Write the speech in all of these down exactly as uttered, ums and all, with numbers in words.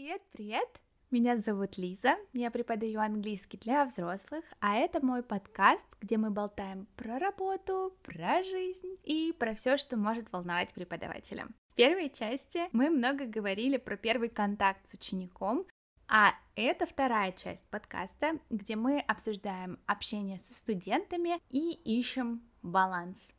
Привет, привет! Меня зовут Лиза, я преподаю английский для взрослых, а это мой подкаст, где мы болтаем про работу, про жизнь и про все, что может волновать преподавателя. В первой части мы много говорили про первый контакт с учеником, а это вторая часть подкаста, где мы обсуждаем общение со студентами и ищем баланс.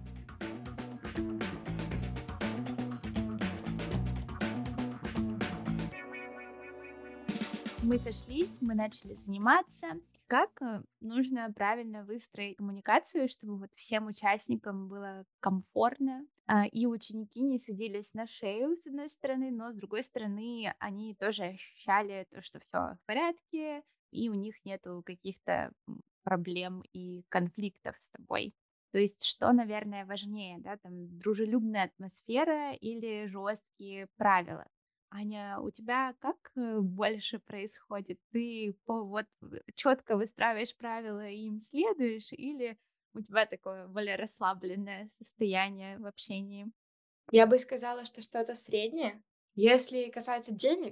Мы сошлись, мы начали заниматься. Как э, нужно правильно выстроить коммуникацию, чтобы вот всем участникам было комфортно, а, и ученики не садились на шею, с одной стороны, но с другой стороны, они тоже ощущали то, что все в порядке, и у них нету каких-то м, проблем и конфликтов с тобой. То есть, что, наверное, важнее, да, там, дружелюбная атмосфера или жесткие правила? Аня, у тебя как э, больше происходит? Ты по вот четко выстраиваешь правила и им следуешь, или у тебя такое более расслабленное состояние в общении? Я бы сказала, что что-то среднее. Если касается денег,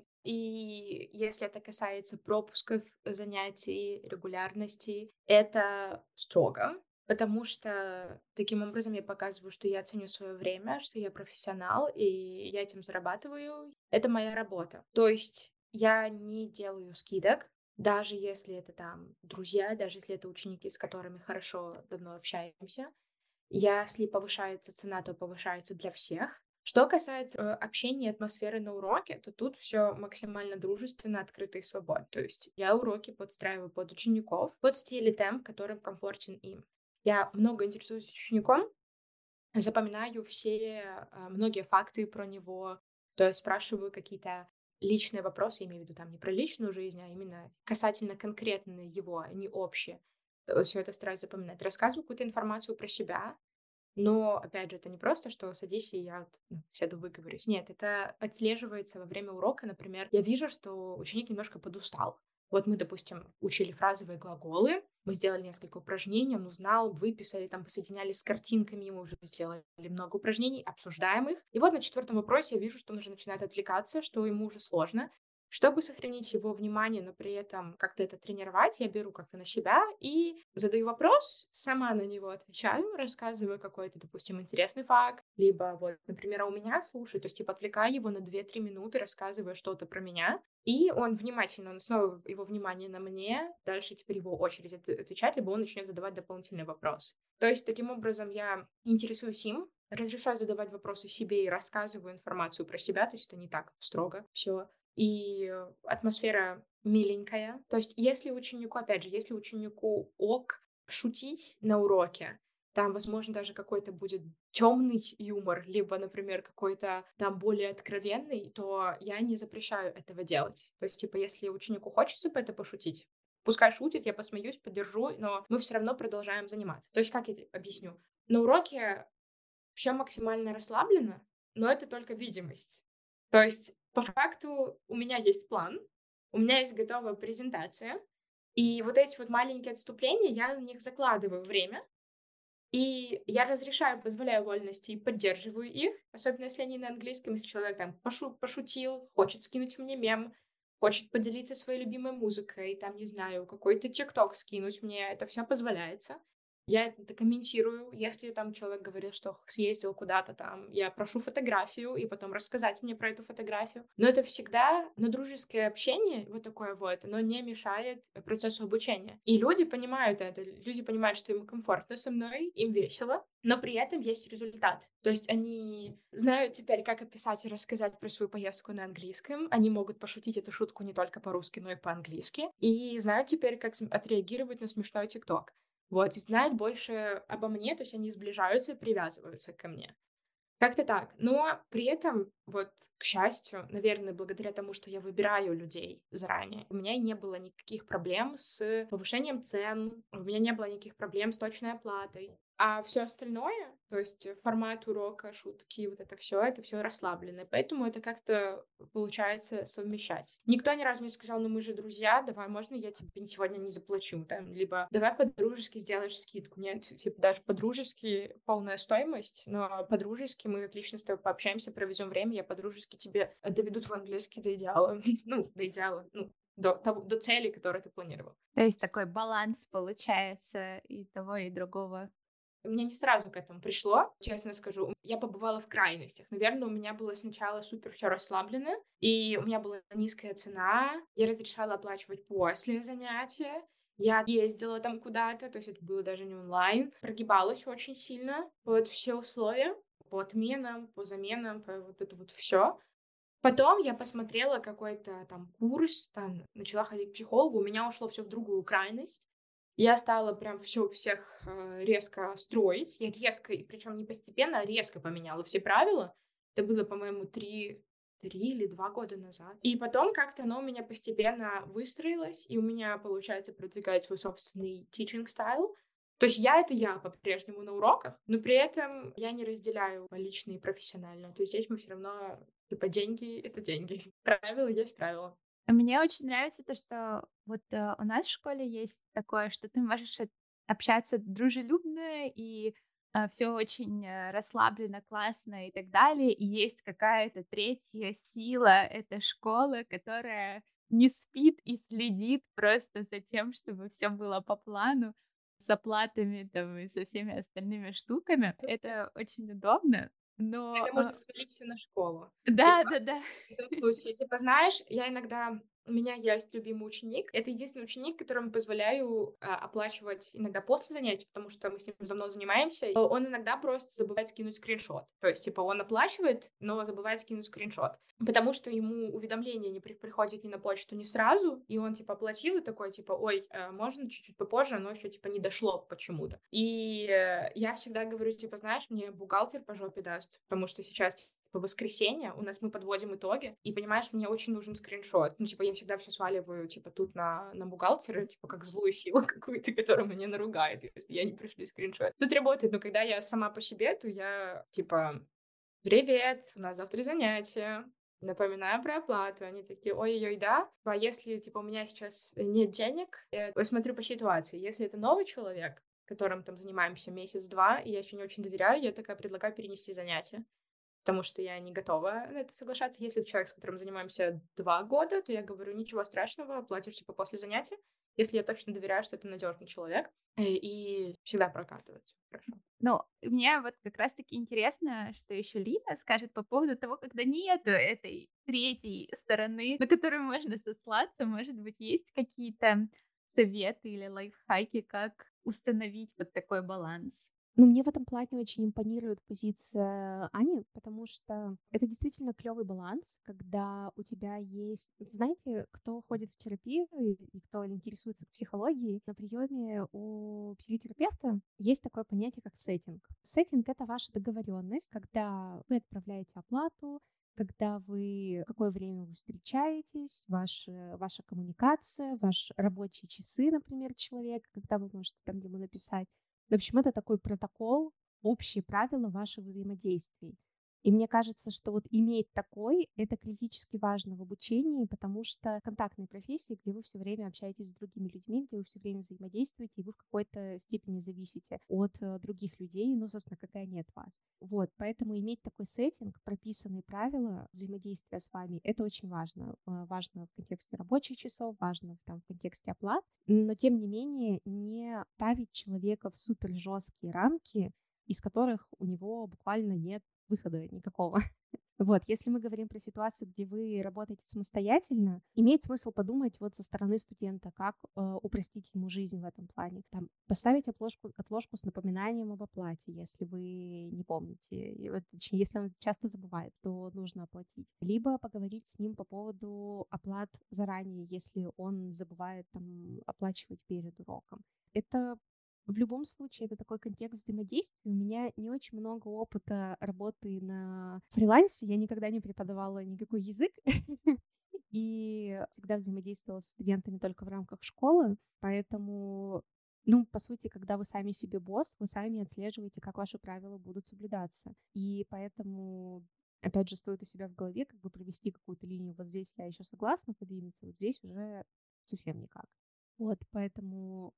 и если это касается пропусков занятий, регулярности, это строго, потому что таким образом я показываю, что я ценю свое время, что я профессионал, и я этим зарабатываю. Это моя работа. То есть я не делаю скидок, даже если это там друзья, даже если это ученики, с которыми хорошо давно общаемся. Если повышается цена, то повышается для всех. Что касается э, общения и атмосферы на уроке, то тут все максимально дружественно, открыто и свободно. То есть я уроки подстраиваю под учеников, под стиль и темп, которым комфортен им. Я много интересуюсь учеником, запоминаю все, а, многие факты про него, то есть спрашиваю какие-то личные вопросы, я имею в виду там не про личную жизнь, а именно касательно конкретно его, а не общее. Все это стараюсь запоминать. Рассказываю какую-то информацию про себя, но, опять же, это не просто, что садись, и я вот, ну, сяду, выговорюсь. Нет, это отслеживается во время урока. Например, я вижу, что ученик немножко подустал. Вот мы, допустим, учили фразовые глаголы, мы сделали несколько упражнений, он узнал, выписали, там, посоединяли с картинками, мы уже сделали много упражнений, обсуждаем их. И вот на четвертом вопросе я вижу, что он уже начинает отвлекаться, что ему уже сложно. Чтобы сохранить его внимание, но при этом как-то это тренировать, я беру как-то на себя и задаю вопрос, сама на него отвечаю, рассказываю какой-то, допустим, интересный факт, либо вот, например, а у меня слушай, то есть типа отвлекаю его на две-три минуты, рассказываю что-то про меня, и он внимательно, он снова его внимание на мне, дальше теперь его очередь от- отвечать, либо он начнет задавать дополнительный вопрос. То есть таким образом я интересуюсь им, разрешаю задавать вопросы себе и рассказываю информацию про себя, то есть это не так строго все. И э, атмосфера миленькая. То есть если ученику, опять же, если ученику ок шутить на уроке, там, возможно, даже какой-то будет темный юмор, либо, например, какой-то там более откровенный, то я не запрещаю этого делать. То есть, типа, если ученику хочется по это пошутить, пускай шутит, я посмеюсь, поддержу, но мы все равно продолжаем заниматься. То есть, как я это объясню? На уроке все максимально расслаблено, но это только видимость. То есть, по факту, у меня есть план, у меня есть готовая презентация, и вот эти вот маленькие отступления, я на них закладываю время, и я разрешаю, позволяю вольности и поддерживаю их, особенно если они на английском, если человек там пошу пошутил, хочет скинуть мне мем, хочет поделиться своей любимой музыкой, там, не знаю, какой-то тикток скинуть мне, это все позволяется. Я это комментирую. Если там человек говорил, что съездил куда-то там, я прошу фотографию и потом рассказать мне про эту фотографию. Но это всегда на дружеское общение, вот такое вот, оно не мешает процессу обучения. И люди понимают это. Люди понимают, что им комфортно со мной, им весело, но при этом есть результат. То есть они знают теперь, как описать и рассказать про свою поездку на английском. Они могут пошутить эту шутку не только по-русски, но и по-английски. И знают теперь, как см- отреагировать на смешной тикток. Вот, и знают больше обо мне, то есть они сближаются и привязываются ко мне. Как-то так. Но при этом, вот, к счастью, наверное, благодаря тому, что я выбираю людей заранее, у меня не было никаких проблем с повышением цен, у меня не было никаких проблем с точной оплатой. А все остальное, то есть э, формат урока, шутки, вот это все, это все расслаблено. Поэтому это как-то получается совмещать. Никто ни разу не сказал: "Ну, мы же друзья, давай, можно я тебе сегодня не заплачу?" Там, либо: "Давай по-дружески сделаешь скидку". Нет, типа даже по-дружески полная стоимость, но по-дружески мы отлично с тобой пообщаемся, проведем время, я по-дружески тебе доведу твой английский до идеала. Ну, до идеала, ну, до того до цели, которую ты планировал. То есть такой баланс получается и того, и другого. Мне не сразу к этому пришло, честно скажу. Я побывала в крайностях. Наверное, у меня было сначала супер все расслаблено, и у меня была низкая цена. Я разрешала оплачивать после занятия. Я ездила там куда-то, то есть это было даже не онлайн. Прогибалась очень сильно под все условия, по отменам, по заменам, по вот это вот все. Потом я посмотрела какой-то там курс, там начала ходить к психологу, у меня ушло все в другую крайность. Я стала прям все всех, э, резко строить. Я резко, и причем не постепенно, а резко поменяла все правила. Это было, по-моему, три, три или два года назад. И потом как-то оно у меня постепенно выстроилось, и у меня получается продвигать свой собственный teaching style. То есть я — это я по-прежнему на уроках, но при этом я не разделяю личное и профессиональное. То есть здесь мы все равно, типа, деньги — это деньги. Правила есть правила. Мне очень нравится то, что вот, э, у нас в школе есть такое, что ты можешь от общаться дружелюбно, и, все очень, э, расслабленно, классно и так далее. И есть какая-то третья сила — это школа, которая не спит и следит просто за тем, чтобы все было по плану, с оплатами там и со всеми остальными штуками. Это очень удобно, но, Это э можно свалить всё на школу. Типа, да-да-да. в этом случае, типа, знаешь, я иногда у меня есть любимый ученик. Это единственный ученик, которому позволяю, а, оплачивать иногда после занятий, потому что мы с ним давно занимаемся. Э, он иногда просто забывает скинуть скриншот. То есть, типа, он оплачивает, но забывает скинуть скриншот. Потому что ему уведомление не при приходит ни на почту, ни сразу, и он, типа, оплатил и такой, типа: "Ой, э, можно чуть-чуть попозже, оно еще типа, не дошло почему-то". И, э, я всегда говорю, типа: "Знаешь, мне бухгалтер по жопе даст, потому что сейчас по воскресенье у нас мы подводим итоги, и, понимаешь, мне очень нужен скриншот". Ну, типа, я всегда все сваливаю, типа, тут на на бухгалтера, типа, как злую силу какую-то, которая меня наругает, если я не пришлю скриншот. Тут работает, но когда я сама по себе, то я, типа: "Привет, у нас завтра занятие. Напоминаю про оплату". Они такие: "Ой-ой-ой, да?" А если, типа, у меня сейчас нет денег, я смотрю по ситуации. Если это новый человек, которым там занимаемся месяц-два, и я еще не очень доверяю, я такая предлагаю перенести занятие, потому что я не готова на это соглашаться. Если это человек, с которым занимаемся два года, то я говорю: "Ничего страшного, платишь, типа, после занятия". Если я точно доверяю, что это надежный человек, э, и всегда прокатывает. Хорошо. Ну, мне вот как раз-таки интересно, что еще Лина скажет по поводу того, когда нету этой третьей стороны, на которую можно сослаться. Может быть, есть какие-то советы или лайфхаки, как установить вот такой баланс? Ну, мне в этом плане очень импонирует позиция Ани, потому что это действительно клевый баланс, когда у тебя есть... Вот знаете, кто ходит в терапию и и кто интересуется психологией, на приеме у психотерапевта есть такое понятие, как сеттинг. Сеттинг — это ваша договоренность, когда вы отправляете оплату, когда вы, в какое время вы встречаетесь, ваш, э, ваша коммуникация, ваши рабочие часы, например, человека, когда вы можете там ему написать. В общем, это такой протокол, общие правила ваших взаимодействий. И мне кажется, что вот иметь такой — это критически важно в обучении, потому что контактные профессии, где вы все время общаетесь с другими людьми, где вы все время взаимодействуете, и вы в какой-то степени зависите от э, других людей, ну, собственно, как и они от вас. Вот, поэтому иметь такой сеттинг, прописанные правила взаимодействия с вами — это очень важно. Э, Важно в контексте рабочих часов, важно в, там, в контексте оплат, но тем не менее не ставить человека в супер жесткие рамки, из которых у него буквально нет выхода никакого. Вот, если мы говорим про ситуацию, где вы работаете самостоятельно, имеет смысл подумать вот со стороны студента, как э, упростить ему жизнь в этом плане. Там, поставить отложку, отложку с напоминанием об оплате, если вы не помните, и вот, точнее, если он часто забывает, то нужно оплатить. Либо поговорить с ним по поводу оплат заранее, если он забывает там оплачивать перед уроком. Это в любом случае, это такой контекст взаимодействия. У меня не очень много опыта работы на фрилансе. Я никогда не преподавала никакой язык и всегда взаимодействовала с студентами только в рамках школы. Поэтому Ну, по сути, когда вы сами себе босс, вы сами отслеживаете, как ваши правила будут соблюдаться. И поэтому, опять же, стоит у себя в голове как бы провести какую-то линию. Вот здесь я еще согласна подвинуться, вот здесь уже совсем никак. Вот, поэтому,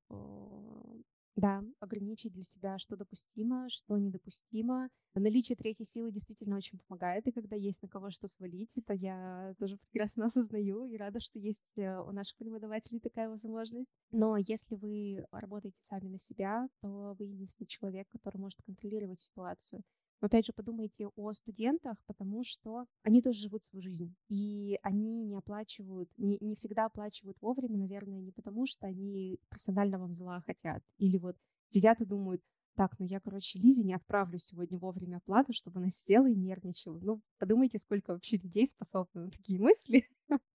э, да, ограничить для себя, что допустимо, что недопустимо. Наличие третьей силы действительно очень помогает, и когда есть на кого что свалить, это я тоже прекрасно осознаю и рада, что есть э, у наших преподавателей такая возможность. Но если вы работаете сами на себя, то вы единственный человек, который может контролировать ситуацию. Но опять же, подумайте о студентах, потому что они тоже живут свою жизнь, и они не оплачивают, не, не всегда оплачивают вовремя, наверное, не потому что они персонально вам зла хотят, или вот сидят и думают, так, ну я, короче, Лизе не отправлю сегодня вовремя оплату, чтобы она сидела и нервничала. Ну, подумайте, сколько вообще людей способны на такие мысли.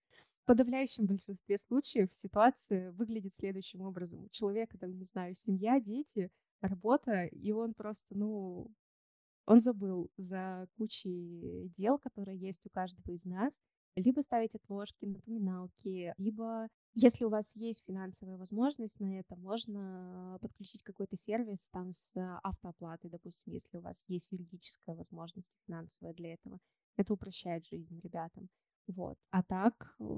В подавляющем большинстве случаев ситуация выглядит следующим образом. У человека, там, не знаю, семья, дети, работа, и он просто, ну, он забыл за кучей дел, которые есть у каждого из нас, либо ставить отложки, напоминалки, либо, если у вас есть финансовая возможность на это, можно подключить какой-то сервис там с автооплатой, допустим, если у вас есть юридическая возможность финансовая для этого. Это упрощает жизнь ребятам. Вот. А так, э,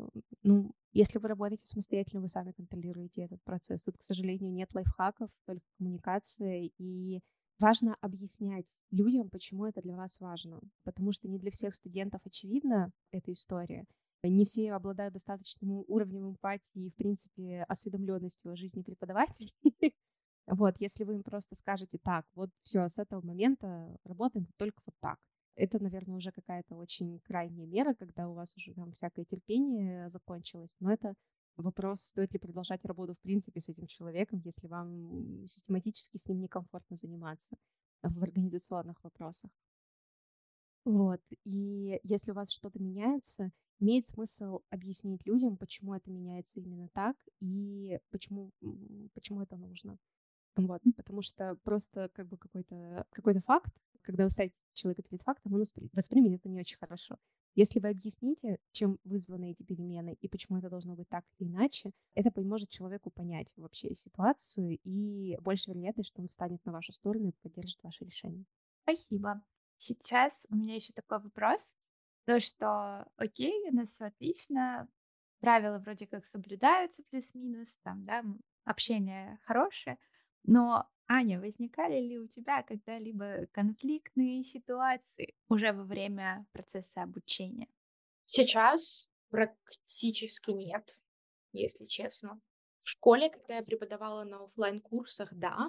ну, если вы работаете самостоятельно, вы сами контролируете этот процесс. Тут, к сожалению, нет лайфхаков, только коммуникация, и важно объяснять людям, почему это для вас важно, потому что не для всех студентов очевидна эта история. Не все обладают достаточным уровнем эмпатии и, в принципе, осведомленностью о жизни преподавателей. Вот, если вы им просто скажете так, вот все, с этого момента работаем только вот так. Это, наверное, уже какая-то очень крайняя мера, когда у вас уже там всякое терпение закончилось. Но это вопрос, стоит ли продолжать работу в принципе с этим человеком, если вам систематически с ним некомфортно заниматься в организационных вопросах. Вот. И если у вас что-то меняется, имеет смысл объяснить людям, почему это меняется именно так и почему, м, почему это нужно. Вот, потому что просто как бы какой-то какой-то факт, когда вы ставите человека перед фактом, он воспри- воспримет это не очень хорошо. Если вы объясните, чем вызваны эти перемены и почему это должно быть так или иначе, это поможет человеку понять вообще ситуацию, и больше вероятность, что он встанет на вашу сторону и поддержит ваше решение. Спасибо. Сейчас у меня еще такой вопрос. То, что окей, у нас все отлично, правила вроде как соблюдаются плюс-минус, там, да, м, общение хорошее, но, Аня, возникали ли у тебя когда-либо конфликтные ситуации уже во время процесса обучения? Сейчас практически нет, если честно. В школе, когда я преподавала на оффлайн курсах, да.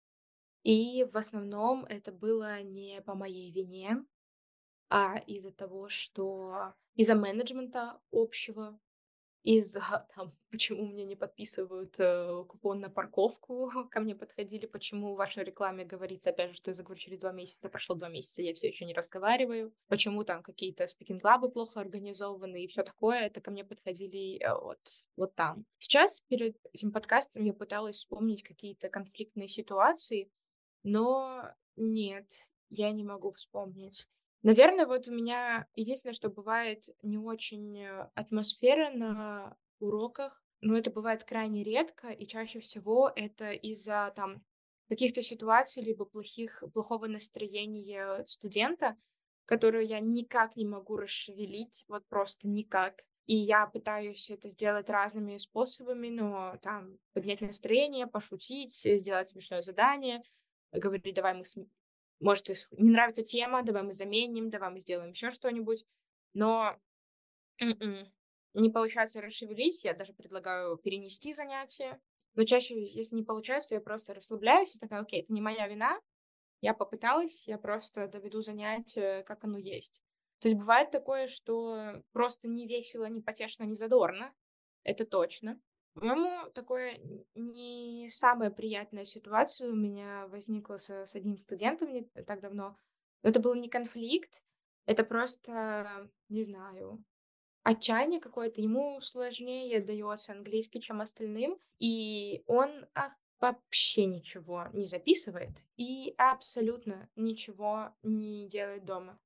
И в основном это было не по моей вине, а из-за того, что из-за менеджмента общего, из-за там, почему мне не подписывают э, купон на парковку, ко мне подходили, почему в вашей рекламе говорится, опять же, что я заговорю через два месяца, прошло два месяца, я все еще не разговариваю, почему там какие-то спикинг-клабы плохо организованы и все такое, это ко мне подходили э, вот, вот там. Сейчас перед этим подкастом я пыталась вспомнить какие-то конфликтные ситуации, но нет, я не могу вспомнить. Наверное, вот у меня единственное, что бывает не очень э, атмосфера на уроках, но это бывает крайне редко, и чаще всего это из-за там каких-то ситуаций либо плохих, плохого настроения студента, которое я никак не могу расшевелить, вот просто никак. И я пытаюсь это сделать разными способами, но там поднять настроение, пошутить, э, сделать смешное задание, говорить, давай мы, см- может, ис- не нравится тема, давай мы заменим, давай мы сделаем еще что-нибудь. Но м-м, не получается расшевелить, я даже предлагаю перенести занятие. Но чаще, если не получается, то я просто расслабляюсь и такая, окей, это не моя вина, я попыталась, я просто доведу занятие, как оно есть. То есть бывает такое, что просто не весело, не потешно, не задорно. Это точно. По-моему, такое н- не самая приятная ситуация у меня возникла со- с одним студентом не так давно. Но это был не конфликт, это просто, не знаю, отчаяние какое-то. Ему сложнее дается английский, чем остальным, и он ах, вообще ничего не записывает и абсолютно ничего не делает дома.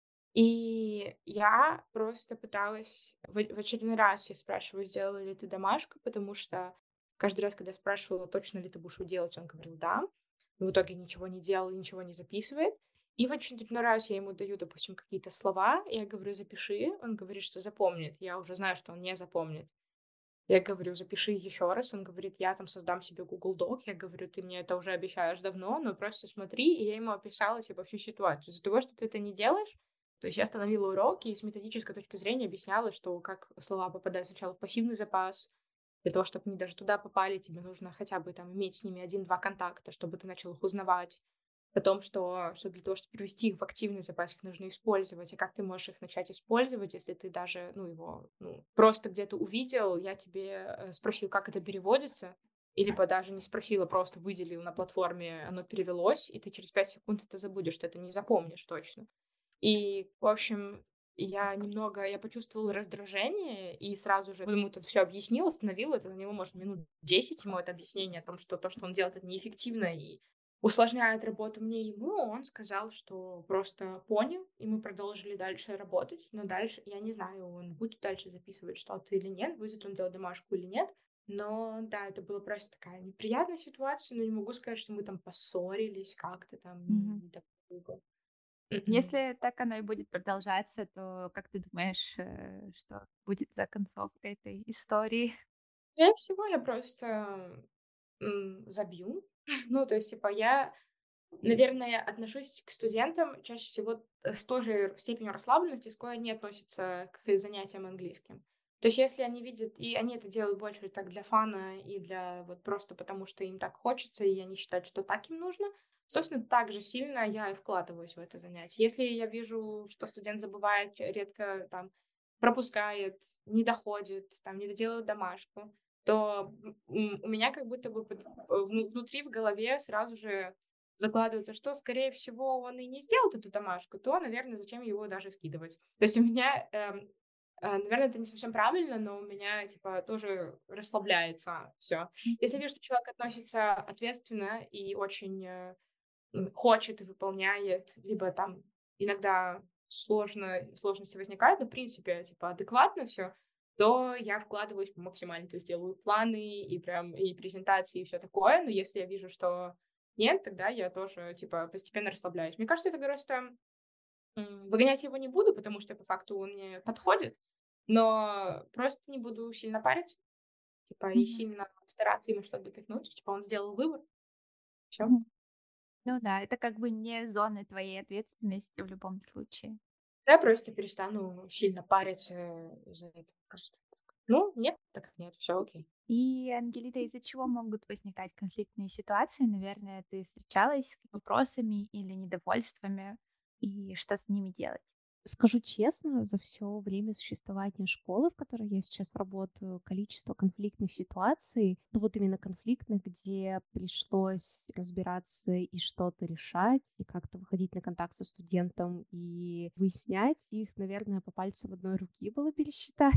И я просто пыталась в в очередной раз я спрашиваю: "Сделала ли ты домашку?" Потому что Каждый раз, когда я спрашивала, точно ли ты будешь его делать, он говорил «да». В итоге ничего не делал, ничего не записывает. И в очередной раз я ему даю, допустим, какие-то слова, я говорю «запиши», он говорит, что запомнит. Я уже знаю, что он не запомнит. Я говорю «запиши еще раз», он говорит «я там создам себе Google Doc». Я говорю «ты мне это уже обещаешь давно, но просто смотри». И я ему описала, типа, всю ситуацию. Из-за того, что ты это не делаешь, то есть я остановила урок и с методической точки зрения объясняла, что как слова попадают сначала в пассивный запас. Для того, чтобы они даже туда попали, тебе нужно хотя бы там иметь с ними один-два контакта, чтобы ты начал их узнавать. О том, что, что для того, чтобы перевести их в активный запас, их нужно использовать, и как ты можешь их начать использовать, если ты даже, ну, его, ну, просто где-то увидел, я тебе э, спросил, как это переводится, или либо даже не спросила, просто выделил на платформе, оно перевелось, и ты через пять секунд это забудешь, что это не запомнишь точно. И, в общем, я немного, я почувствовала раздражение, и сразу же ему это все объяснила, остановила. Это заняло, может, минут десять ему это объяснение о том, что то, что он делает, это неэффективно и усложняет работу мне и ему. Он сказал, что просто понял, и мы продолжили дальше работать. Но дальше, я не знаю, он будет дальше записывать что-то или нет, будет он делать домашку или нет. Но да, это была просто такая неприятная ситуация, но не могу сказать, что мы там поссорились как-то там, не, Мгм. не так долго. Мгм. Если так оно и будет продолжаться, то как ты думаешь, э, что будет за концовка этой истории? Скорее всего, я просто, м, забью. Ну, то есть, типа, я, наверное, отношусь к студентам чаще всего э, с той же степенью расслабленности, с какой они относятся к занятиям английским. То есть, если они видят, и они это делают больше так для фана и для вот просто потому, что им так хочется, и они считают, что так им нужно, собственно, так же сильно я и вкладываюсь в это занятие. Если я вижу, что студент забывает, редко там пропускает, не доходит, там, не доделывает домашку, то м, у меня как будто бы под- вну- внутри в голове сразу же закладывается, что, скорее всего, он и не сделал эту домашку, то, наверное, зачем его даже скидывать. То есть у меня, эм, э, наверное, это не совсем правильно, но у меня, типа, тоже расслабляется все. Если Мгм. вижу, что человек относится ответственно и очень э, м, хочет и выполняет, либо там иногда сложно, сложности возникают, но, в принципе, типа, адекватно все, то я вкладываюсь по максимально, то есть делаю планы и прям и презентации, и все такое. Но если я вижу, что нет, тогда я тоже, типа, постепенно расслабляюсь. Мне кажется, это просто м, выгонять его не буду, потому что по факту он мне подходит, но просто не буду сильно париться, типа, и Мгм. сильно стараться ему что-то допихнуть. Типа, он сделал выбор, все. Мгм. Ну да, это как бы не зона твоей ответственности в любом случае. Я просто перестану сильно париться из-за этого просто. Ну, нет, так нет, все окей. И, Ангелита, из-за чего могут возникать конфликтные ситуации? Наверное, ты встречалась с вопросами или недовольствами, и что с ними делать? Скажу честно, за все время существования школы, в которой я сейчас работаю, количество конфликтных ситуаций, ну вот именно конфликтных, где пришлось разбираться и что-то решать, и как-то выходить на контакт со студентом и выяснять их, наверное, по пальцам одной руки было пересчитать.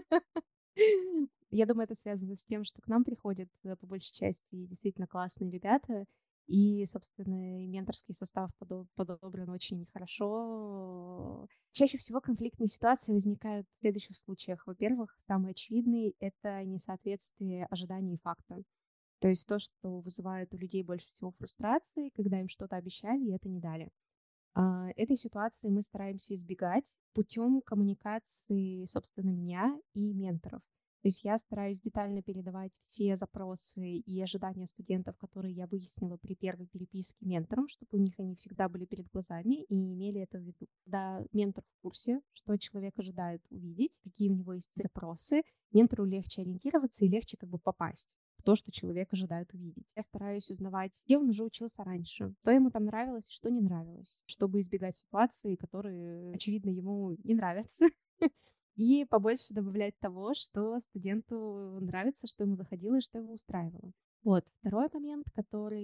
Я думаю, это связано с тем, что к нам приходят, э, по большей части действительно классные ребята, и, собственно, и менторский состав подо подобран очень хорошо. Чаще всего конфликтные ситуации возникают в следующих случаях. Во-первых, самый очевидный — это несоответствие ожиданий и факта. То есть то, что вызывает у людей больше всего фрустрации, когда им что-то обещали и это не дали. А, этой ситуации мы стараемся избегать путем коммуникации, собственно, меня и менторов. То есть я стараюсь детально передавать все запросы и ожидания студентов, которые я выяснила при первой переписке ментором, чтобы у них они всегда были перед глазами и имели это в виду. Когда ментор в курсе, что человек ожидает увидеть, какие у него есть запросы, ментору легче ориентироваться и легче как бы попасть в то, что человек ожидает увидеть. Я стараюсь узнавать, где он уже учился раньше, что ему там нравилось и что не нравилось, чтобы избегать ситуаций, которые, очевидно, ему не нравятся. И побольше добавлять того, что студенту нравится, что ему заходило и что его устраивало. Вот. Второй момент, который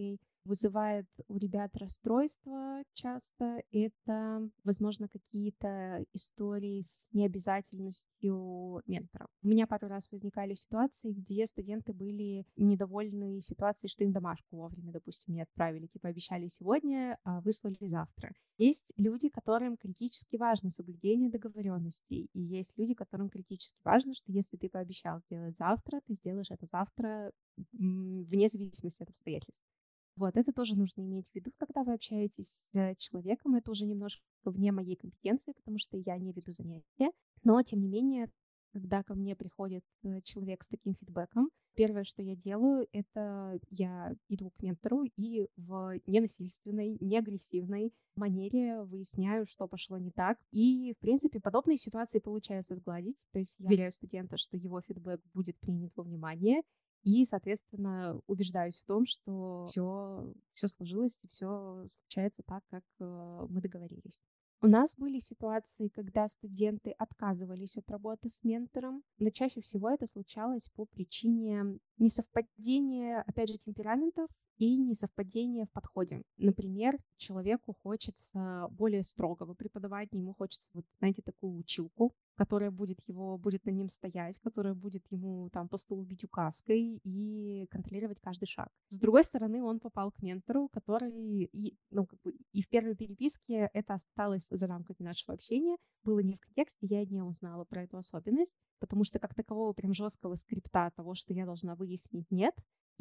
вызывает у ребят расстройство часто. Это, возможно, какие-то истории с необязательностью ментора. У меня пару раз возникали ситуации, где студенты были недовольны ситуацией, что им домашку вовремя, допустим, не отправили. Типа обещали сегодня, а выслали завтра. Есть люди, которым критически важно соблюдение договоренностей, и есть люди, которым критически важно, что если ты пообещал сделать завтра, ты сделаешь это завтра, м, вне зависимости от обстоятельств. Вот, это тоже нужно иметь в виду, когда вы общаетесь с э, человеком. Это уже немножко вне моей компетенции, потому что я не веду занятия. Но, тем не менее, когда ко мне приходит э, человек с таким фидбэком, первое, что я делаю, это я иду к ментору и в ненасильственной, неагрессивной манере выясняю, что пошло не так. И, в принципе, подобные ситуации получается сгладить. То есть я уверяю студента, что его фидбэк будет принят во внимание, и, соответственно, убеждаюсь в том, что все, все сложилось и все случается так, как э, мы договорились. У нас были ситуации, когда студенты отказывались от работы с ментором, но чаще всего это случалось по причине несовпадения, опять же, темпераментов и несовпадения в подходе. Например, человеку хочется более строгого преподавания, ему хочется, вот, знаете, такую училку, которая будет его, будет на ним стоять, которая будет ему там по столу бить указкой и контролировать каждый шаг. С другой стороны, он попал к ментору, который, и, ну, как бы, и в первой переписке это осталось за рамками нашего общения, было не в контексте, я не узнала про эту особенность, потому что как такового прям жесткого скрипта того, что я должна выяснить, нет.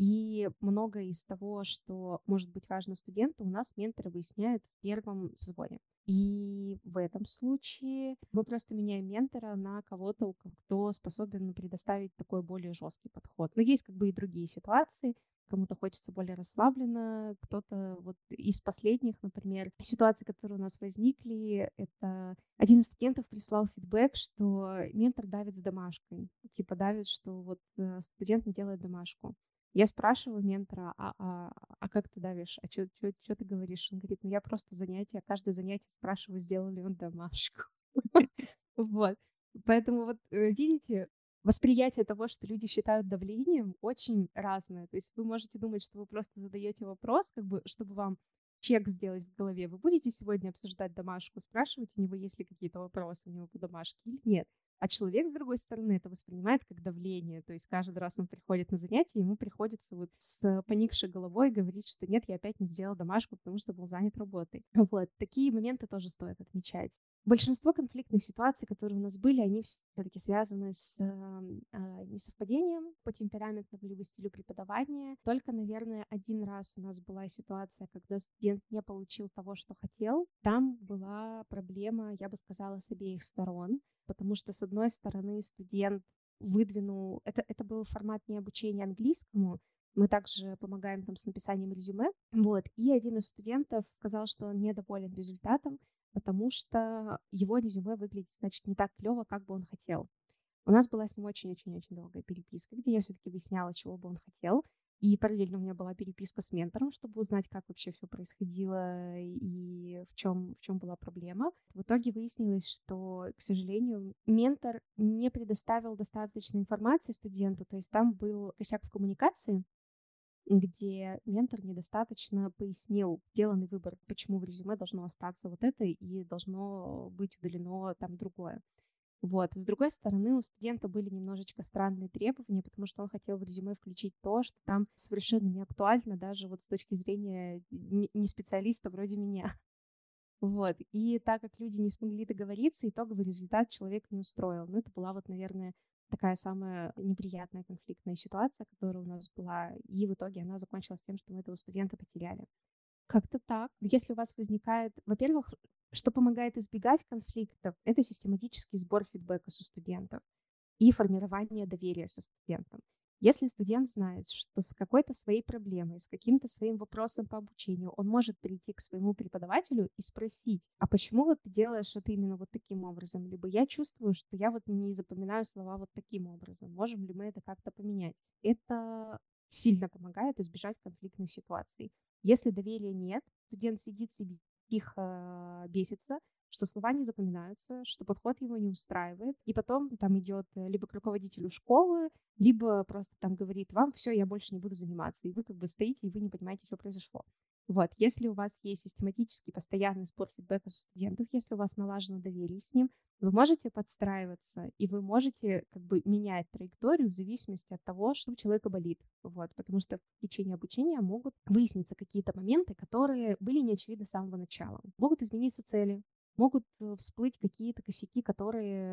И многое из того, что может быть важно студенту, у нас менторы выясняют в первом созвоне. И в этом случае мы просто меняем ментора на кого-то, у ко- кто способен предоставить такой более жесткий подход. Но есть как бы и другие ситуации. Кому-то хочется более расслабленно, кто-то вот из последних, например, ситуаций, которые у нас возникли, это один из студентов прислал фидбэк, что ментор давит с домашкой. Типа давит, что вот э, студент не делает домашку. Я спрашиваю ментора: а, а, а как ты давишь? А что ты говоришь? Он говорит: ну я просто занятие, каждое занятие спрашиваю, сделал ли он домашку. Вот. Поэтому вот э, видите, восприятие того, что люди считают давлением, очень разное. То есть вы можете думать, что вы просто задаете вопрос, как бы, чтобы вам чек сделать в голове. Вы будете сегодня обсуждать домашку, спрашивать у него, есть ли какие-то вопросы у него по домашке или нет. А человек, с другой стороны, это воспринимает как давление. То есть каждый раз он приходит на занятие, ему приходится вот с поникшей головой говорить, что нет, я опять не сделал домашку, потому что был занят работой. Вот. Такие моменты тоже стоит отмечать. Большинство конфликтных ситуаций, которые у нас были, они все-таки связаны с э, э, несовпадением по темпераментному либо стилю преподавания. Только, наверное, один раз у нас была ситуация, когда студент не получил того, что хотел. Там была проблема, я бы сказала, с обеих сторон, потому что, с одной стороны, студент выдвинул... Это, это был формат не обучения английскому, мы также помогаем там с написанием резюме. Вот. И один из студентов сказал, что он недоволен результатом, потому что его резюме выглядит, значит, не так клево, как бы он хотел. У нас была с ним очень-очень-очень долгая переписка, где я все-таки выясняла, чего бы он хотел. И параллельно у меня была переписка с ментором, чтобы узнать, как вообще все происходило и в чем, в чем была проблема. В итоге выяснилось, что, к сожалению, ментор не предоставил достаточно информации студенту, то есть там был косяк в коммуникации, где ментор недостаточно пояснил сделанный выбор, почему в резюме должно остаться вот это и должно быть удалено там другое. Вот. С другой стороны, у студента были немножечко странные требования, потому что он хотел в резюме включить то, что там совершенно не актуально, даже вот с точки зрения не не специалиста вроде меня. Вот. И так как люди не смогли договориться, итоговый результат человек не устроил. Ну, это была вот, наверное, такая самая неприятная конфликтная ситуация, которая у нас была. И в итоге она закончилась тем, что мы этого студента потеряли. Как-то так. Если у вас возникает, во-первых, что помогает избегать конфликтов, это систематический сбор фидбэка со студентов и формирование доверия со студентом. Если студент знает, что с какой-то своей проблемой, с каким-то своим вопросом по обучению он может прийти к своему преподавателю и спросить: а почему вот ты делаешь это именно вот таким образом? Либо я чувствую, что я вот не запоминаю слова вот таким образом. Можем ли мы это как-то поменять? Это сильно помогает избежать конфликтных ситуаций. Если доверия нет, студент сидит себе тихо, бесится, что слова не запоминаются, что подход его не устраивает, и потом там идет э, либо к руководителю школы, либо просто там говорит вам, все, я больше не буду заниматься, и вы как бы стоите, и вы не понимаете, что произошло. Вот, если у вас есть систематический, постоянный сбор фидбэка со студентов, если у вас налажено доверие с ним, вы можете подстраиваться, и вы можете как бы менять траекторию в зависимости от того, что у человека болит. Вот, потому что в течение обучения могут выясниться какие-то моменты, которые были неочевидны с самого начала. Могут измениться цели, могут э, всплыть какие-то косяки, которые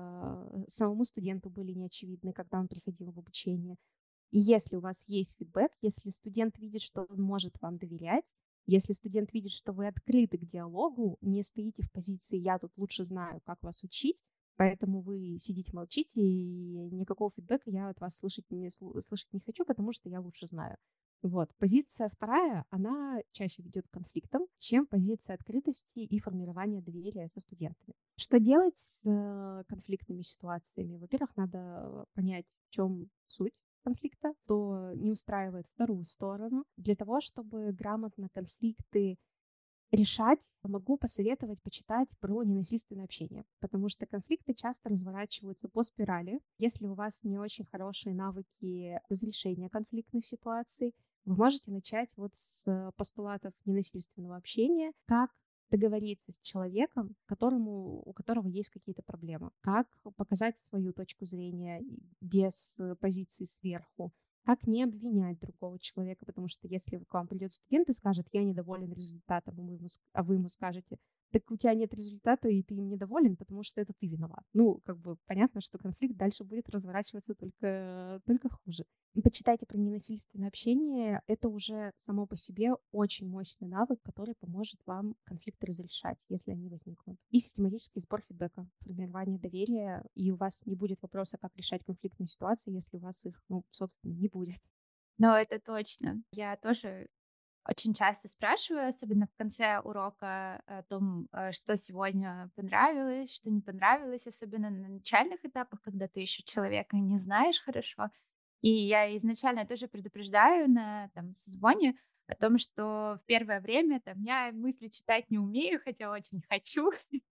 э, самому студенту были неочевидны, когда он приходил в обучение. И если у вас есть фидбэк, если студент видит, что он может вам доверять, если студент видит, что вы открыты к диалогу, не стоите в позиции «я тут лучше знаю, как вас учить», поэтому вы сидите, молчите, и никакого фидбэка я от вас слышать не, слу- слышать не хочу, потому что я лучше знаю. Вот. Позиция вторая, она чаще ведет к конфликтам, чем позиция открытости и формирования доверия со студентами. Что делать с э, конфликтными ситуациями? Во-первых, надо понять, в чем суть конфликта, что не устраивает вторую сторону. Для того, чтобы грамотно конфликты решать, могу посоветовать почитать про ненасильственное общение, потому что конфликты часто разворачиваются по спирали. Если у вас не очень хорошие навыки разрешения конфликтных ситуаций, вы можете начать вот с постулатов ненасильственного общения, как договориться с человеком, которому, у которого есть какие-то проблемы, как показать свою точку зрения без э, позиции сверху, как не обвинять другого человека, потому что если к вам придет студент и скажет, я недоволен результатом, а вы ему, ск- а вы ему скажете, так у тебя нет результата, и ты им недоволен, потому что это ты виноват. Ну, как бы понятно, что конфликт дальше будет разворачиваться только, только хуже. Почитайте про ненасильственное общение. Это уже само по себе очень мощный навык, который поможет вам конфликты разрешать, если они возникнут. И систематический сбор фидбэка, формирование доверия, и у вас не будет вопроса, как решать конфликтные ситуации, если у вас их, ну, собственно, не будет. Но это точно. Я тоже очень часто спрашиваю, особенно в конце урока, о том, э, что сегодня понравилось, что не понравилось, особенно на начальных этапах, когда ты еще человека не знаешь хорошо. И я изначально тоже предупреждаю на там созвоне о том, что в первое время там я мысли читать не умею, хотя очень хочу.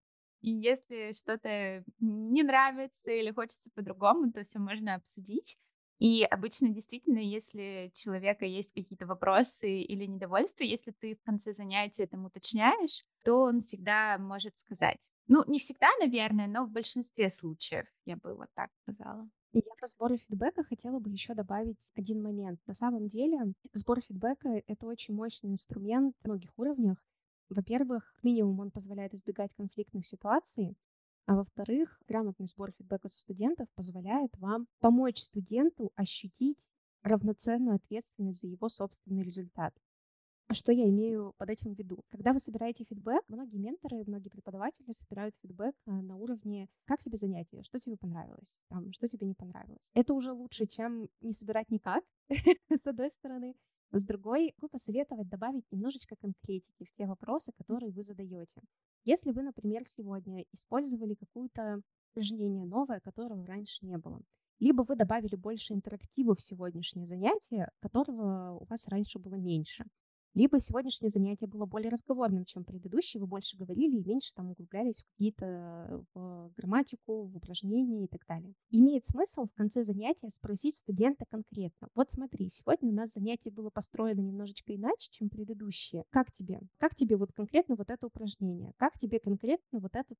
И если что-то не нравится или хочется по-другому, то все можно обсудить. И обычно действительно, если у человека есть какие-то вопросы или недовольства, если ты в конце занятия там уточняешь, то он всегда может сказать. Ну, не всегда, наверное, но в большинстве случаев, я бы вот так сказала. И я по сбору фидбэка хотела бы еще добавить один момент. На самом деле, сбор фидбэка — это очень мощный инструмент на многих уровнях. Во-первых, как минимум он позволяет избегать конфликтных ситуаций, а во-вторых, грамотный сбор фидбэка со студентов позволяет вам помочь студенту ощутить равноценную ответственность за его собственный результат. А что я имею под этим в виду? Когда вы собираете фидбэк, многие менторы, многие преподаватели собирают фидбэк а, на уровне «как тебе занятие?», «что тебе понравилось?», там, «что тебе не понравилось?». Это уже лучше, чем не собирать никак, с одной стороны. С другой, могу посоветовать добавить немножечко конкретики в те вопросы, которые вы задаете. Если вы, например, сегодня использовали какое-то упражнение новое, которого раньше не было, либо вы добавили больше интерактива в сегодняшнее занятие, которого у вас раньше было меньше, либо сегодняшнее занятие было более разговорным, чем предыдущее, вы больше говорили и меньше там углублялись в какие-то в грамматику, в упражнения и так далее. Имеет смысл в конце занятия спросить студента конкретно. Вот смотри, сегодня у нас занятие было построено немножечко иначе, чем предыдущее. Как тебе? Как тебе вот конкретно вот это упражнение? Как тебе конкретно вот, этот,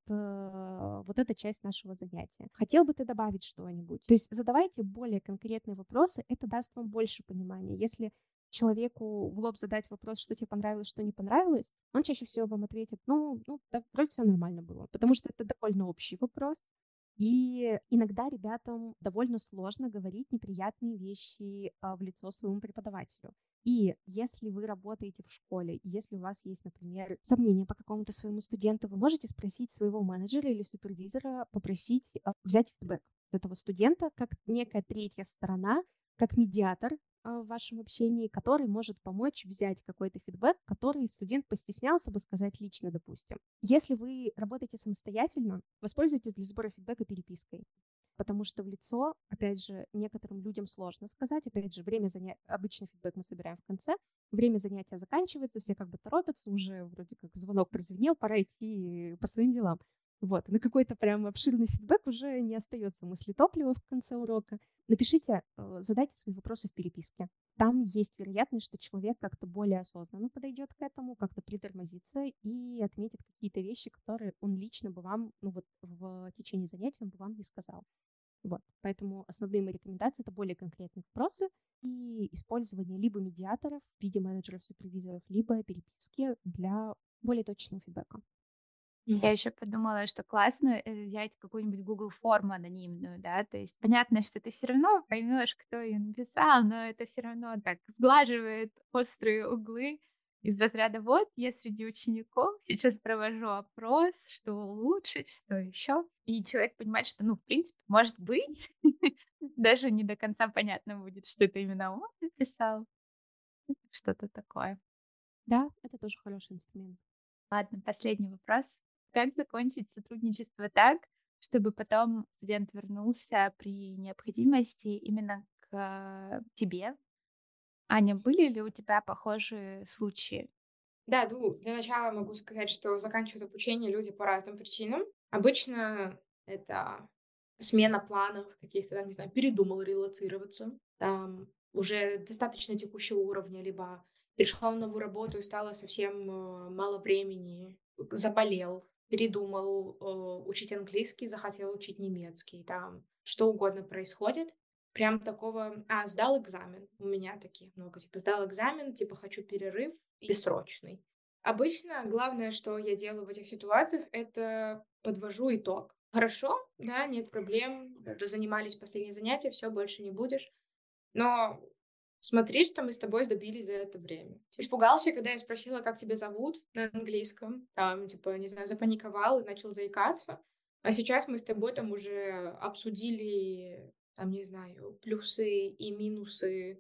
э, вот эта часть нашего занятия? Хотел бы ты добавить что-нибудь? То есть задавайте более конкретные вопросы, это даст вам больше понимания. Если человеку в лоб задать вопрос, что тебе понравилось, что не понравилось, он чаще всего вам ответит, ну, ну да, вроде все нормально было, потому что это довольно общий вопрос. И иногда ребятам довольно сложно говорить неприятные вещи а, в лицо своему преподавателю. И если вы работаете в школе, и если у вас есть, например, сомнения по какому-то своему студенту, вы можете спросить своего менеджера или супервизора, попросить а, взять фидбэк с этого студента как некая третья сторона, как медиатор а, в вашем общении, который может помочь взять какой-то фидбэк, который студент постеснялся бы сказать лично, допустим. Если вы работаете самостоятельно, воспользуйтесь для сбора фидбэка перепиской. потому что в лицо, опять же, некоторым людям сложно сказать. Опять же, время занятия, обычно фидбэк мы собираем в конце, время занятия заканчивается, все как бы торопятся, уже вроде как звонок прозвенел, пора идти по своим делам. Вот, на какой-то прям обширный фидбэк уже не остается мысли топлива в конце урока. Напишите, э, задайте свои вопросы в переписке. Там есть вероятность, что человек как-то более осознанно подойдет к этому, как-то притормозится и отметит какие-то вещи, которые он лично бы вам, ну вот в течение занятия он бы вам не сказал. Вот, поэтому основные мои рекомендации — это более конкретные вопросы и использование либо медиаторов в виде менеджеров, супервизоров, либо переписки для более точного фидбэка. Я еще подумала, что классно э, взять какую-нибудь Google форму анонимную, да, то есть понятно, что ты все равно поймешь, кто ее написал, но это все равно так сглаживает острые углы из разряда вот я среди учеников сейчас провожу опрос, что улучшить, что еще, и человек понимает, что, ну, в принципе, может быть, даже не до конца понятно будет, что это именно он написал, что-то такое. Да, это тоже хороший инструмент. Ладно, последний вопрос. Как закончить сотрудничество так, чтобы потом студент вернулся при необходимости именно к э, тебе? Аня, были ли у тебя похожие случаи? Да, ну, для начала могу сказать, что заканчивают обучение люди по разным причинам. Обычно это смена планов каких-то, там, не знаю, передумал релоцироваться, там уже достаточно текущего уровня, либо перешел на новую работу и стало совсем э, мало времени, заболел, передумал э, учить английский, захотел учить немецкий, там что угодно происходит. Прям такого... А, сдал экзамен. У меня таких много. Типа, сдал экзамен, типа, хочу перерыв бессрочный. Обычно главное, что я делаю в этих ситуациях, это подвожу итог. Хорошо, да, нет проблем, занимались последние занятия, все, больше не будешь. Но смотри, что мы с тобой добились за это время. Испугался, когда я спросила, как тебя зовут на английском. Там, типа, не знаю, запаниковал и начал заикаться. А сейчас мы с тобой там уже обсудили, там, не знаю, плюсы и минусы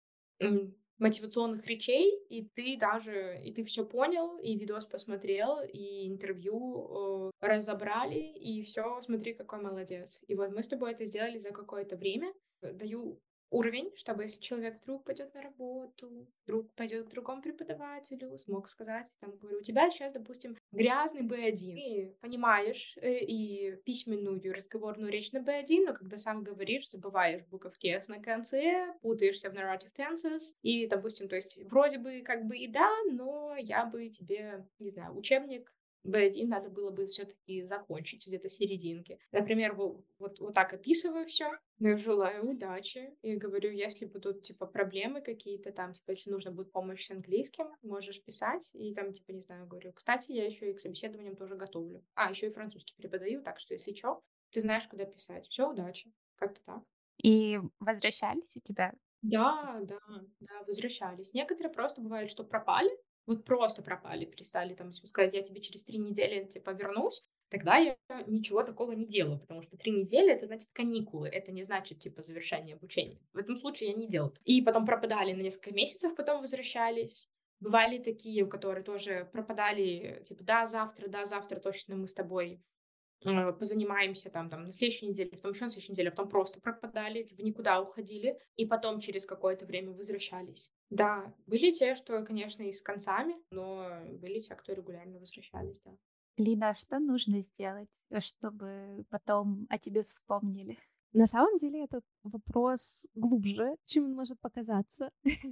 м, мотивационных речей, и ты даже, и ты все понял, и видос посмотрел, и интервью э, разобрали, и все, смотри, какой молодец. И вот мы с тобой это сделали за какое-то время. Даю уровень, чтобы если человек вдруг пойдет на работу, вдруг пойдет к другому преподавателю, смог сказать, там, говорю, у тебя сейчас, допустим, грязный би один. Ты понимаешь э, и письменную, и разговорную речь на би один, но когда сам говоришь, забываешь буковки S на конце, путаешься в narrative tenses, и, допустим, то есть вроде бы как бы и да, но я бы тебе, не знаю, учебник би один надо было бы все-таки закончить где-то в серединке. Например, вот, вот, вот так описываю все. Ну, я желаю удачи. И говорю, если будут, типа, проблемы какие-то там, типа, если нужно будет помощь с английским, можешь писать. И там, типа, не знаю, говорю, кстати, я еще и к собеседованиям тоже готовлю. А, еще и французский преподаю, так что, если что, ты знаешь, куда писать. Все, удачи. Как-то так. И возвращались у тебя? Да, да, да, возвращались. Некоторые просто бывает, что пропали, вот просто пропали, перестали там типа, сказать, я тебе через три недели типа вернусь, тогда я ничего такого не делаю, потому что три недели это значит каникулы, это не значит типа завершение обучения. В этом случае я не делаю. И потом пропадали на несколько месяцев, потом возвращались. Бывали такие, у которых тоже пропадали, типа, да, завтра, да, завтра точно мы с тобой э, позанимаемся там, там на следующей неделе, потом еще на следующей неделе, а потом просто пропадали, в никуда уходили, и потом через какое-то время возвращались. Да, были те, что, конечно, и с концами, но были те, кто регулярно возвращались, да. Лина, а что нужно сделать, э, чтобы потом о тебе вспомнили? На самом деле этот вопрос глубже, чем он может показаться.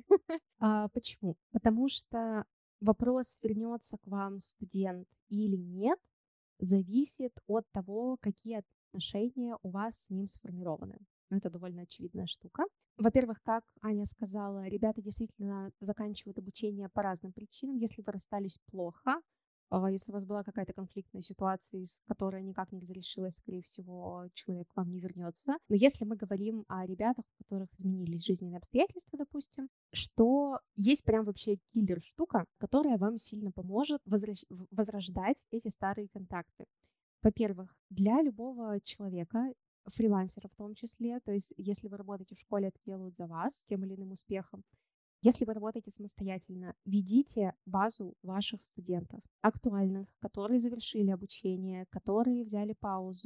А, почему? Потому что вопрос, вернется к вам студент или нет, зависит от того, какие отношения у вас с ним сформированы. Ну, это довольно очевидная штука. Во-первых, как Аня сказала, ребята действительно заканчивают обучение по разным причинам. Если вы расстались плохо, а, если у вас была какая-то конфликтная ситуация, с- которая никак не разрешилась, скорее всего, человек к вам не вернется. Но если мы говорим о ребятах, у которых изменились жизненные обстоятельства, допустим, что есть прям вообще киллер-штука, которая вам сильно поможет возвращ- в- возрождать эти старые контакты. Во-первых, для любого человека, фрилансера в том числе, то есть если вы работаете в школе, это делают за вас тем или иным успехом. Если вы работаете самостоятельно, ведите базу ваших студентов, актуальных, которые завершили обучение, которые взяли паузу,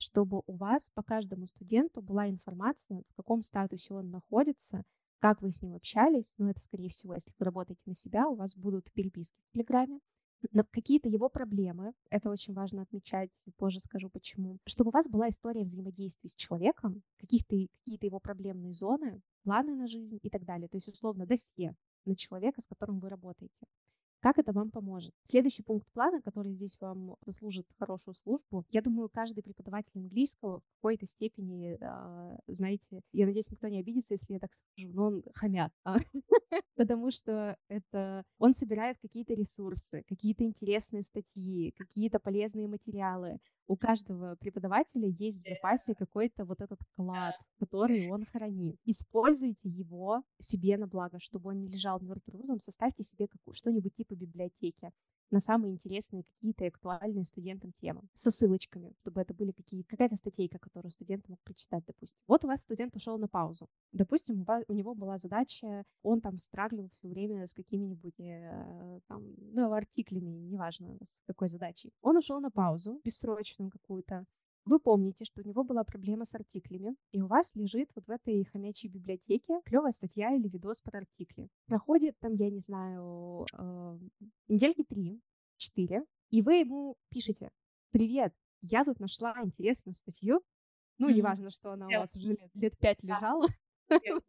чтобы у вас по каждому студенту была информация, в каком статусе он находится, как вы с ним общались. Ну, это, скорее всего, если вы работаете на себя, у вас будут переписки в Телеграме. На какие-то его проблемы, это очень важно отмечать, позже скажу почему, чтобы у вас была история взаимодействия с человеком, каких-то, какие-то его проблемные зоны, планы на жизнь и так далее. То есть, условно, досье на человека, с которым вы работаете. Как это вам поможет? Следующий пункт плана, который здесь вам заслужит хорошую службу, я думаю, каждый преподаватель английского в какой-то степени, а, знаете, я надеюсь, никто не обидится, если я так скажу, но он хомяк, а, потому что это он собирает какие-то ресурсы, какие-то интересные статьи, какие-то полезные материалы. У каждого преподавателя есть в запасе какой-то вот этот клад, который он хранит. Используйте его себе на благо, чтобы он не лежал мертвым грузом. Составьте себе какую- что-нибудь типа библиотеки на самые интересные какие-то актуальные студентам темы со ссылочками, чтобы это были какие какая-то статейка, которую студент мог прочитать, допустим. Вот у вас студент ушел на паузу. Допустим, у, вас, у него была задача, он там страглил все время с какими-нибудь э, там, ну, артиклями, неважно с какой задачей. Он ушел на паузу, бессрочную какую-то. Вы помните, что у него была проблема с артиклями, и у вас лежит вот в этой хомячей библиотеке клевая статья или видос про артикли. Проходит там, я не знаю, э, недельки три, четыре, и вы ему пишете: «Привет, я тут нашла интересную статью». Ну, Мгм. неважно, что она у Дело. вас уже лет, лет пять Да, лежала дело.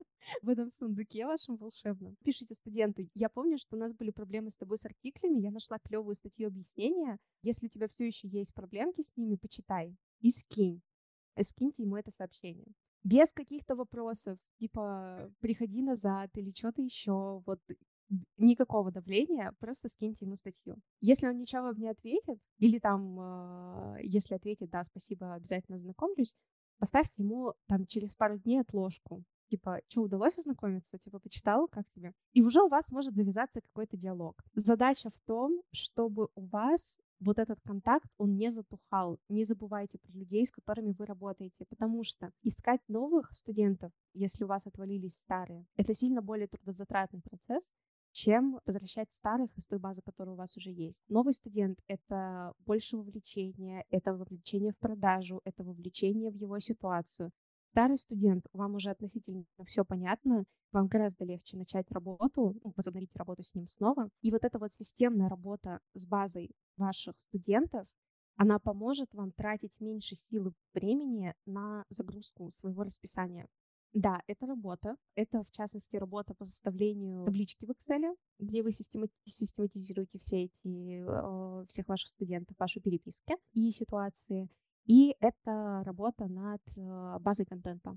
в этом сундуке вашем волшебном. Пишите студенту: «Я помню, что у нас были проблемы с тобой с артиклями, я нашла клевую статью объяснения. Если у тебя все еще есть проблемки с ними, почитай и скинь». Э, Скиньте ему это сообщение. Без каких-то вопросов, типа «приходи назад» или что-то еще. Вот н- никакого давления, просто скиньте ему статью. Если он ничего вам не ответит, или там, э, если ответит «да, спасибо, обязательно ознакомлюсь», поставьте ему там через пару дней отложку. Типа, что, удалось ознакомиться? Типа, почитал, как тебе? И уже у вас может завязаться какой-то диалог. Задача в том, чтобы у вас вот этот контакт, он не затухал. Не забывайте про людей, с которыми вы работаете, потому что искать новых студентов, если у вас отвалились старые, это сильно более трудозатратный процесс, чем возвращать старых из той базы, которая у вас уже есть. Новый студент — это больше вовлечения, это вовлечение в продажу, это вовлечение в его ситуацию. Старый студент, вам уже относительно все понятно, вам гораздо легче начать работу, ну, возобновить работу с ним снова. И вот эта вот системная работа с базой ваших студентов, она поможет вам тратить меньше сил и времени на загрузку своего расписания. Да, это работа. Это, в частности, работа по составлению таблички в Excel, где вы системати- систематизируете все эти, э, всех ваших студентов, ваши переписки и ситуации. И это работа над э, базой контента.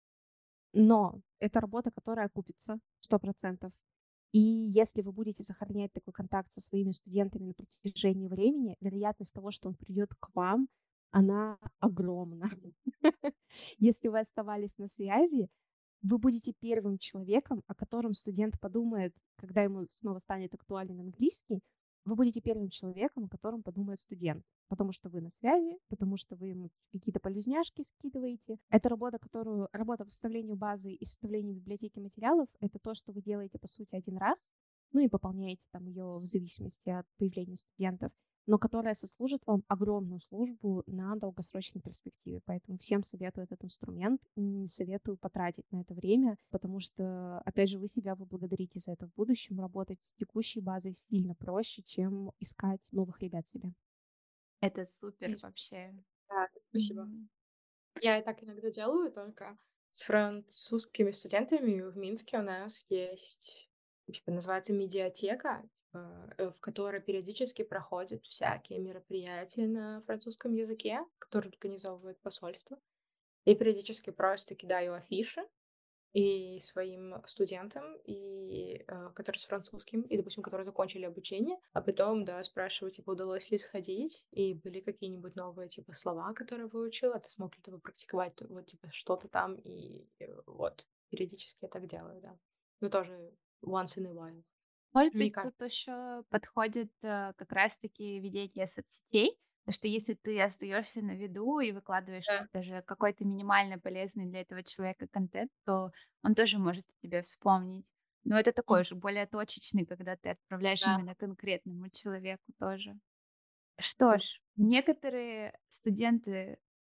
Но это работа, которая окупится сто процентов. И если вы будете сохранять такой контакт со своими студентами на протяжении времени, вероятность того, что он придет к вам, она огромна. Если вы оставались на связи, вы будете первым человеком, о котором студент подумает, когда ему снова станет актуален английский, вы будете первым человеком, о котором подумает студент, потому что вы на связи, потому что вы ему какие-то полезняшки скидываете. Это работа, которую, работа по составлению базы и составлению библиотеки материалов, это то, что вы делаете, по сути, один раз, ну и пополняете там ее в зависимости от появления студентов, но которая сослужит вам огромную службу на долгосрочной перспективе. Поэтому всем советую этот инструмент, не советую потратить на это время, потому что, опять же, вы себя поблагодарите за это в будущем. Работать с текущей базой сильно проще, чем искать новых ребят себе. Это супер Есть. вообще. Да, спасибо. Мгм. Я и так иногда делаю, только с французскими студентами в Минске у нас есть, типа, называется медиатека, типа, э, в которой периодически проходят всякие мероприятия на французском языке, которые организовывает посольство. И периодически просто кидаю афиши и своим студентам, и, э, которые с французским, и, допустим, которые закончили обучение, а потом, да, спрашиваю, типа, удалось ли сходить, и были какие-нибудь новые, типа, слова, которые выучила, ты смог ли ты попрактиковать, вот, типа, что-то там, и э, вот, периодически я так делаю, да. Но тоже once in a while. Может Мне быть, кажется, тут еще подходит э, как раз-таки ведение соцсетей, потому что если ты остаешься на виду и выкладываешь да, даже какой-то минимально полезный для этого человека контент, то он тоже может о тебе вспомнить. Но это такой мгм, уже более точечный, когда ты отправляешь да, именно конкретному человеку тоже. Что да. ж, некоторые студенты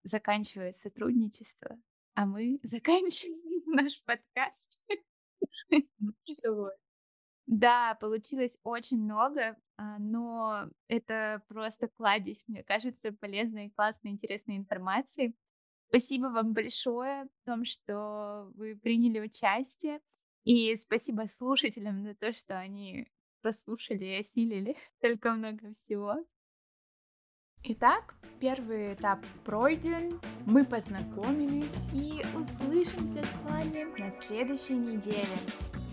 заканчивает сотрудничество, а мы заканчиваем наш подкаст. Часовой. Да, получилось очень много, а, но это просто кладезь, мне кажется, полезной, классной, интересной информации. Спасибо вам большое в том, что вы приняли участие, и спасибо слушателям за то, что они прослушали и осилили столько много всего. Итак, первый этап пройден, мы познакомились и услышимся с вами на следующей неделе.